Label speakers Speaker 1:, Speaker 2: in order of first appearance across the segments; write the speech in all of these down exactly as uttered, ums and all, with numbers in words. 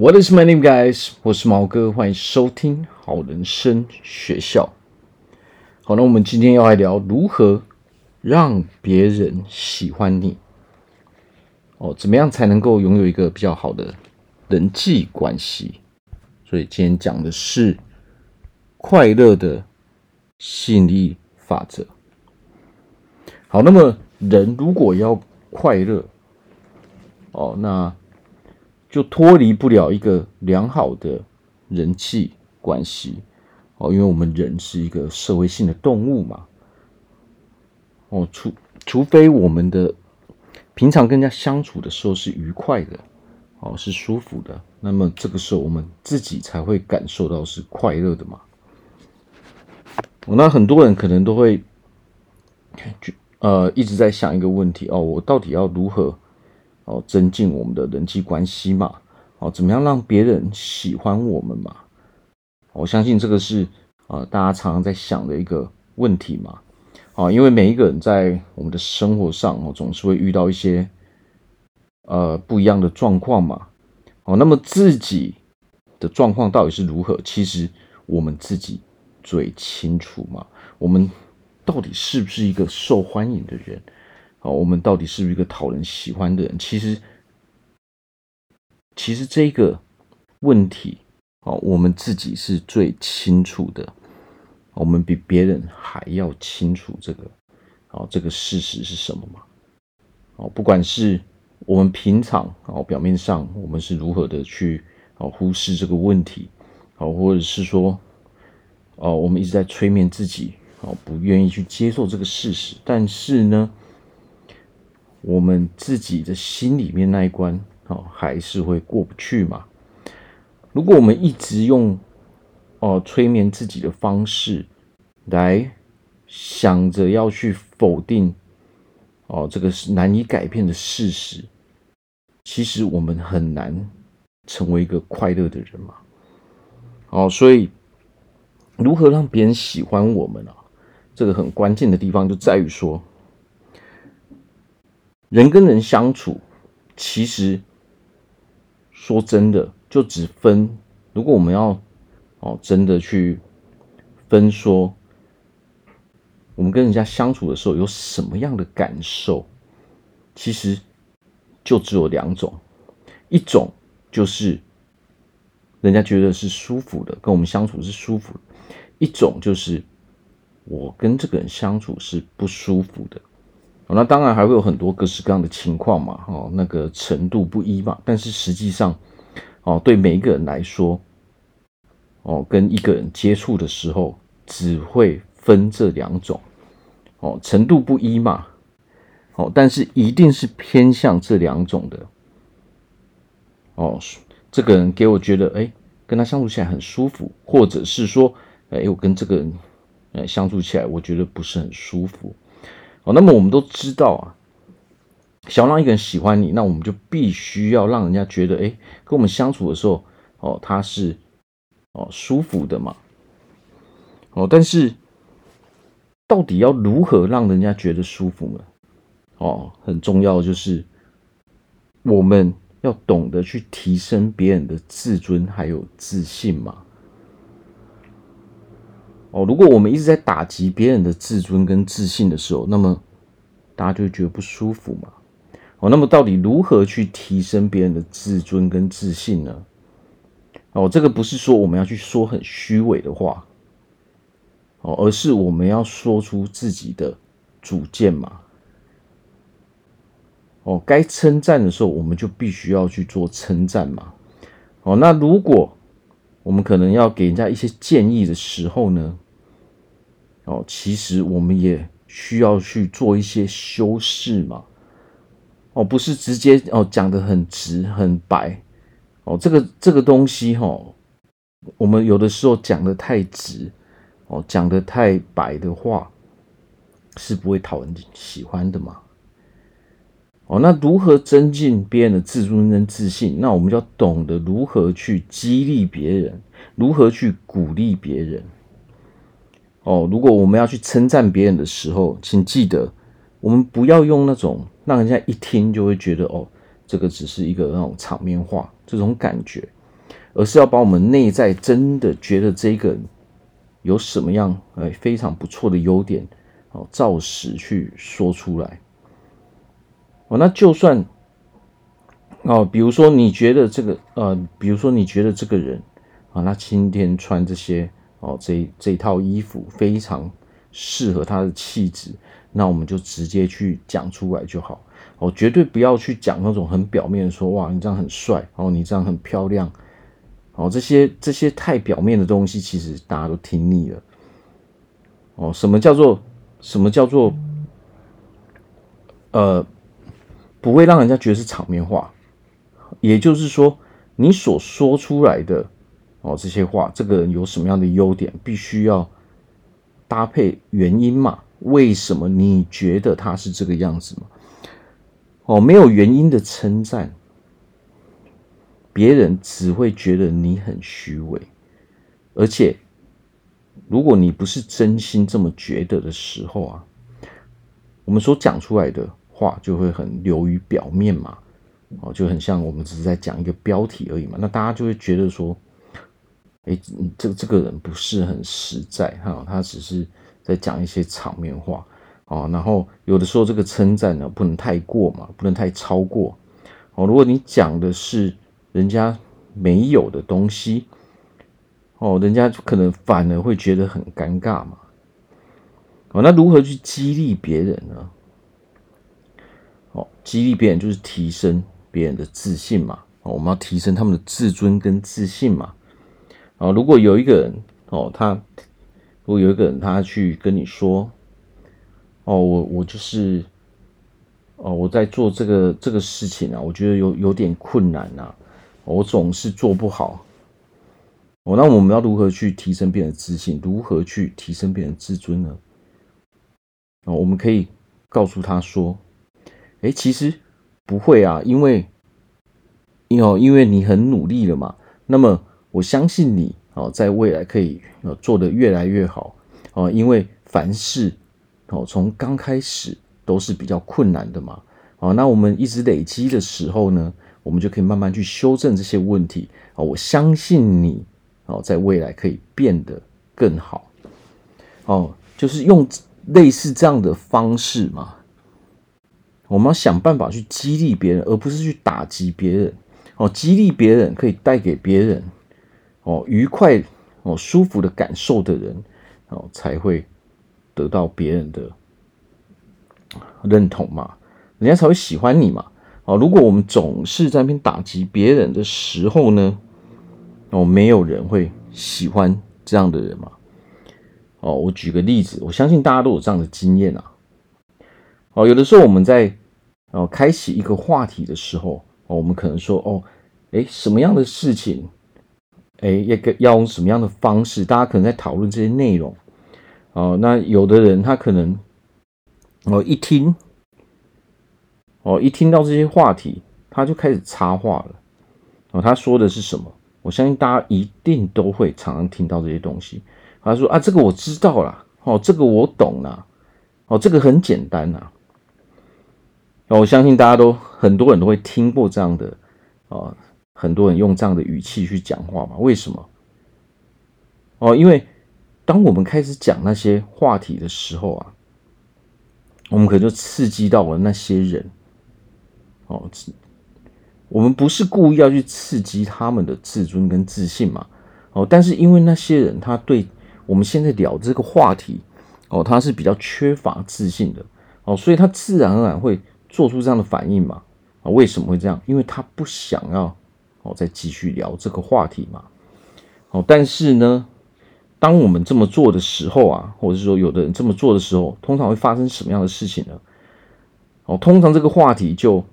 Speaker 1: What is my name, guys？ 我是毛哥，欢迎收听好人生学校。好，那我们今天要来聊如何让别人喜欢你。哦，怎么样才能够拥有一个比较好的人际关系？所以今天讲的是快乐的吸引力法则。好，那么人如果要快乐，哦，那就脱离不了一个良好的人际关系哦，因为我们人是一个社会性的动物嘛，哦，除除非我们的平常跟人家相处的时候是愉快的，哦，是舒服的，那么这个时候我们自己才会感受到是快乐的嘛。哦，那很多人可能都会呃一直在想一个问题哦，我到底要如何哦，增进我们的人际关系嘛，哦，怎么样让别人喜欢我们嘛？我相信这个是呃大家常常在想的一个问题嘛，哦，因为每一个人在我们的生活上哦，总是会遇到一些呃不一样的状况嘛，哦，那么自己的状况到底是如何？其实我们自己最清楚嘛，我们到底是不是一个受欢迎的人？哦，我们到底是不是一个讨人喜欢的人？其实，其实这个问题，哦，我们自己是最清楚的，我们比别人还要清楚这个，哦，这个事实是什么嘛？哦，不管是我们平常哦表面上我们是如何的去哦忽视这个问题，哦，或者是说，哦，我们一直在催眠自己，哦，不愿意去接受这个事实，但是呢，我们自己的心里面那一关，哦，还是会过不去嘛。如果我们一直用哦催眠自己的方式来想着要去否定哦这个是难以改变的事实，其实我们很难成为一个快乐的人嘛。哦，所以如何让别人喜欢我们啊？这个很关键的地方就在于说，人跟人相处，其实说真的，就只分，如果我们要哦真的去分说，我们跟人家相处的时候有什么样的感受，其实就只有两种，一种就是人家觉得是舒服的，跟我们相处是舒服的；一种就是我跟这个人相处是不舒服的。哦，那当然还会有很多各式各样的情况嘛，哦，那个程度不一嘛，但是实际上，哦，对每一个人来说，哦，跟一个人接触的时候，只会分这两种，哦，程度不一嘛，哦，但是一定是偏向这两种的，哦，这个人给我觉得，哎，跟他相处起来很舒服，或者是说，哎，我跟这个人，呃，相处起来，我觉得不是很舒服。哦，那么我们都知道啊，想要让一个人喜欢你，那我们就必须要让人家觉得，哎，跟我们相处的时候，哦，他是哦舒服的嘛。哦，但是到底要如何让人家觉得舒服呢？哦，很重要的就是我们要懂得去提升别人的自尊还有自信嘛。哦，如果我们一直在打击别人的自尊跟自信的时候，那么大家就会觉得不舒服嘛。哦，那么到底如何去提升别人的自尊跟自信呢？哦，这个不是说我们要去说很虚伪的话，哦，而是我们要说出自己的主见嘛。哦，该称赞的时候，我们就必须要去做称赞嘛。哦，那如果我们可能要给人家一些建议的时候呢，哦，其实我们也需要去做一些修饰嘛。哦，不是直接哦讲得很直很白。哦，这个这个东西哈、哦，我们有的时候讲得太直，哦，讲得太白的话，是不会讨人喜欢的嘛。哦，那如何增进别人的自尊跟自信？那我们就要懂得如何去激励别人，如何去鼓励别人。哦，如果我们要去称赞别人的时候，请记得，我们不要用那种让人家一听就会觉得哦，这个只是一个那种场面话这种感觉。 而是要把我们内在真的觉得这个人有什么样呃非常不错的优点，哦，照实去说出来。哦，那就算哦，比如说你觉得这个呃，比如说你觉得这个人啊，他今天穿这些哦，这这套衣服非常适合他的气质，那我们就直接去讲出来就好。哦，绝对不要去讲那种很表面的说，哇，你这样很帅，哦，你这样很漂亮，哦，这些这些太表面的东西，其实大家都听腻了。哦，什么叫做什么叫做呃，不会让人家觉得是场面话？也就是说，你所说出来的哦这些话，这个人有什么样的优点，必须要搭配原因嘛？为什么你觉得他是这个样子嘛？哦，没有原因的称赞，别人只会觉得你很虚伪，而且如果你不是真心这么觉得的时候啊，我们所讲出来的话就会很流于表面嘛。哦，就很像我们只是在讲一个标题而已嘛，那大家就会觉得说，哎，这这个人不是很实在哈，他只是在讲一些场面话哦。然后有的时候这个称赞呢，不能太过嘛，不能太超过哦。如果你讲的是人家没有的东西哦，人家可能反而会觉得很尴尬嘛。哦，那如何去激励别人呢？哦，激励别人就是提升别人的自信嘛。哦，我们要提升他们的自尊跟自信嘛。哦，如果有一个人哦，他如果有一个人他去跟你说，哦，我我就是哦，我在做这个这个事情啊，我觉得有有点困难啊，我总是做不好。哦，那我们要如何去提升别人的自信？如何去提升别人的自尊呢？哦，我们可以告诉他说，哎，其实不会啊，因为因为因为你很努力了嘛，那么我相信你哦，在未来可以做得越来越好哦，因为凡事哦从刚开始都是比较困难的嘛，哦，那我们一直累积的时候呢，我们就可以慢慢去修正这些问题哦，我相信你哦，在未来可以变得更好哦，就是用类似这样的方式嘛。我们要想办法去激励别人，而不是去打击别人。哦，激励别人可以带给别人哦愉快、哦舒服的感受的人，哦才会得到别人的认同嘛，人家才会喜欢你嘛。哦，如果我们总是在那边打击别人的时候呢，哦，没有人会喜欢这样的人嘛。哦，我举个例子，我相信大家都有这样的经验啊。哦，有的时候我们在哦开启一个话题的时候，哦，我们可能说哦，诶，什么样的事情，诶，要要用什么样的方式，大家可能在讨论这些内容。哦，那有的人他可能哦一听，哦一听到这些话题，他就开始插话了。哦，他说的是什么？我相信大家一定都会常常听到这些东西。他说啊，这个我知道啦，哦，这个我懂啦，哦，这个很简单啦。哦，我相信大家都很多人都会听过这样的，哦，很多人用这样的语气去讲话嘛？为什么？哦，因为当我们开始讲那些话题的时候啊，我们可能就刺激到了那些人。哦，我们不是故意要去刺激他们的自尊跟自信嘛？哦，但是因为那些人他对我们现在聊这个话题，哦，他是比较缺乏自信的，哦，所以他自然而然会做出这样的反应嘛？啊，为什么会这样？因为他不想要哦再继续聊这个话题嘛。哦，但是呢，当我们这么做的时候啊，或者是说有的人这么做的时候，通常会发生什么样的事情呢？哦，通常这个话题就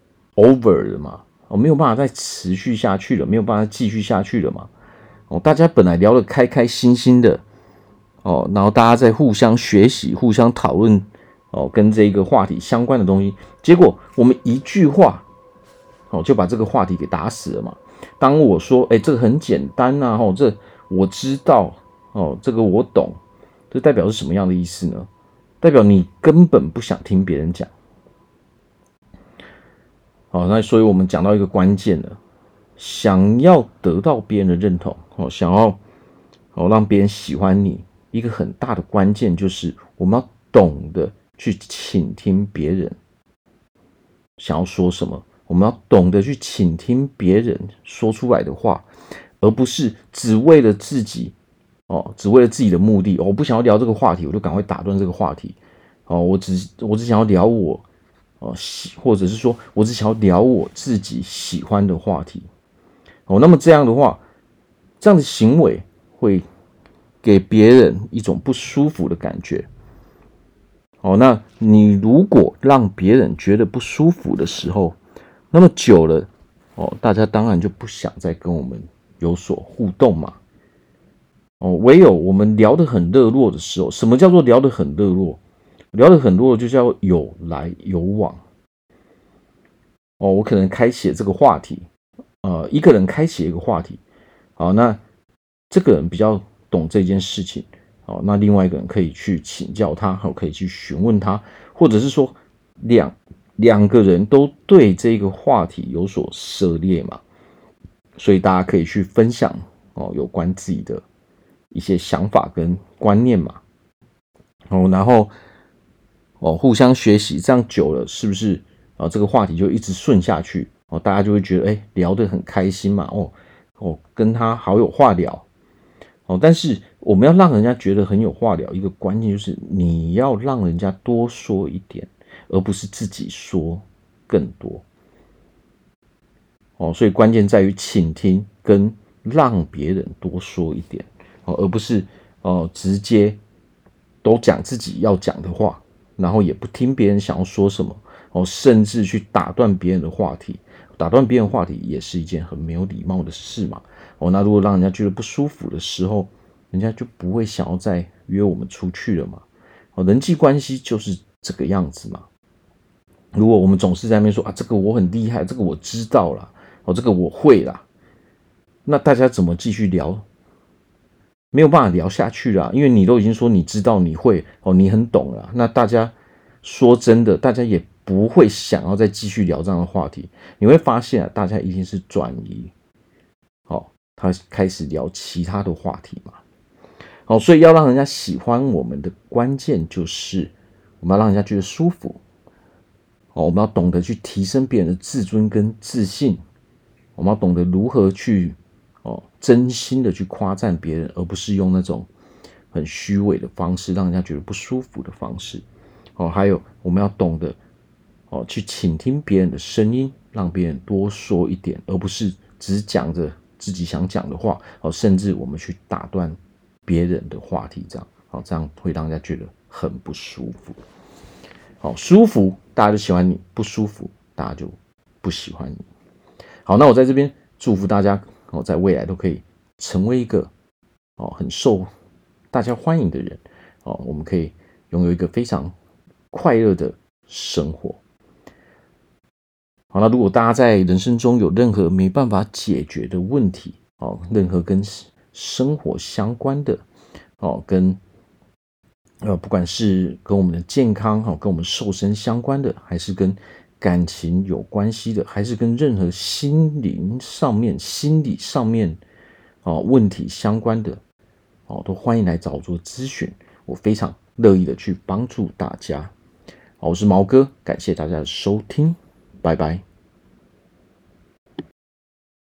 Speaker 1: over 了嘛，哦，没有办法再持续下去了，没有办法继续下去了嘛。哦，大家本来聊得开开心心的，哦，然后大家在互相学习、互相讨论，哦，跟这个话题相关的东西，结果我们一句话，哦，就把这个话题给打死了嘛。当我说，哎，这个很简单啊，哦，这我知道，哦，这个我懂，这代表是什么样的意思呢？代表你根本不想听别人讲。好，那所以我们讲到一个关键了， 想要得到别人的认同，哦，想要哦让别人喜欢你，一个很大的关键就是我们要懂得去倾听别人想要说什么，我们要懂得去倾听别人说出来的话，而不是只为了自己哦，只为了自己的目的。哦，我不想要聊这个话题，我就赶快打断这个话题。哦，我只我只想要聊我哦喜，或者是说我只想要聊我自己喜欢的话题。哦，那么这样的话，这样的行为会给别人一种不舒服的感觉。哦，那你如果让别人觉得不舒服的时候，那么久了，哦，大家当然就不想再跟我们有所互动嘛。哦，唯有我们聊得很热络的时候，什么叫做聊得很热络？聊得很热络就叫有来有往。哦，我可能开启了这个话题，呃，一个人开启一个话题，好，那这个人比较懂这件事情，好，那另外一个人可以去请教他，好，可以去询问他，或者是说两两个人都对这个话题有所涉猎嘛，所以大家可以去分享哦有关自己的一些想法跟观念嘛，哦，然后哦互相学习，这样久了是不是啊这个话题就一直顺下去哦，大家就会觉得哎聊得很开心嘛，哦哦跟他好有话聊哦，但是我们要让人家觉得很有话聊，一个关键就是你要让人家多说一点，而不是自己说更多哦，所以关键在于倾听跟让别人多说一点哦，而不是哦直接都讲自己要讲的话，然后也不听别人想要说什么哦，甚至去打断别人的话题，打断别人话题也是一件很没有礼貌的事嘛哦，那如果让人家觉得不舒服的时候，人家就不会想要再约我们出去了嘛哦，人际关系就是这个样子嘛。如果我们总是在那边说啊，这个我很厉害，这个我知道啦，哦，这个我会啦，那大家怎么继续聊？没有办法聊下去啦，因为你都已经说你知道你会哦，你很懂了，那大家说真的，大家也不会想要再继续聊这样的话题。你会发现啊，大家一定是转移，哦，他开始聊其他的话题嘛。哦，所以要让人家喜欢我们的关键就是我们要让人家觉得舒服。哦，我们要懂得去提升别人的自尊跟自信，我们要懂得如何去哦真心的去夸赞别人，而不是用那种很虚伪的方式，让人家觉得不舒服的方式。哦，还有我们要懂得哦去倾听别人的声音，让别人多说一点，而不是只讲着自己想讲的话。哦，甚至我们去打断别人的话题，这样，好，这样会让人家觉得很不舒服。好，舒服大家就喜欢你，不舒服大家就不喜欢你。好，那我在这边祝福大家哦，在未来都可以成为一个哦很受大家欢迎的人哦，我们可以拥有一个非常快乐的生活。好，那如果大家在人生中有任何没办法解决的问题哦，任何跟生活相关的哦，跟呃，不管是跟我们的健康哈，跟我们瘦身相关的，还是跟感情有关系的，还是跟任何心灵上面、心理上面哦问题相关的哦，都欢迎来找我做咨询，我非常乐意的去帮助大家。好，我是毛哥，感谢大家的收听，拜拜。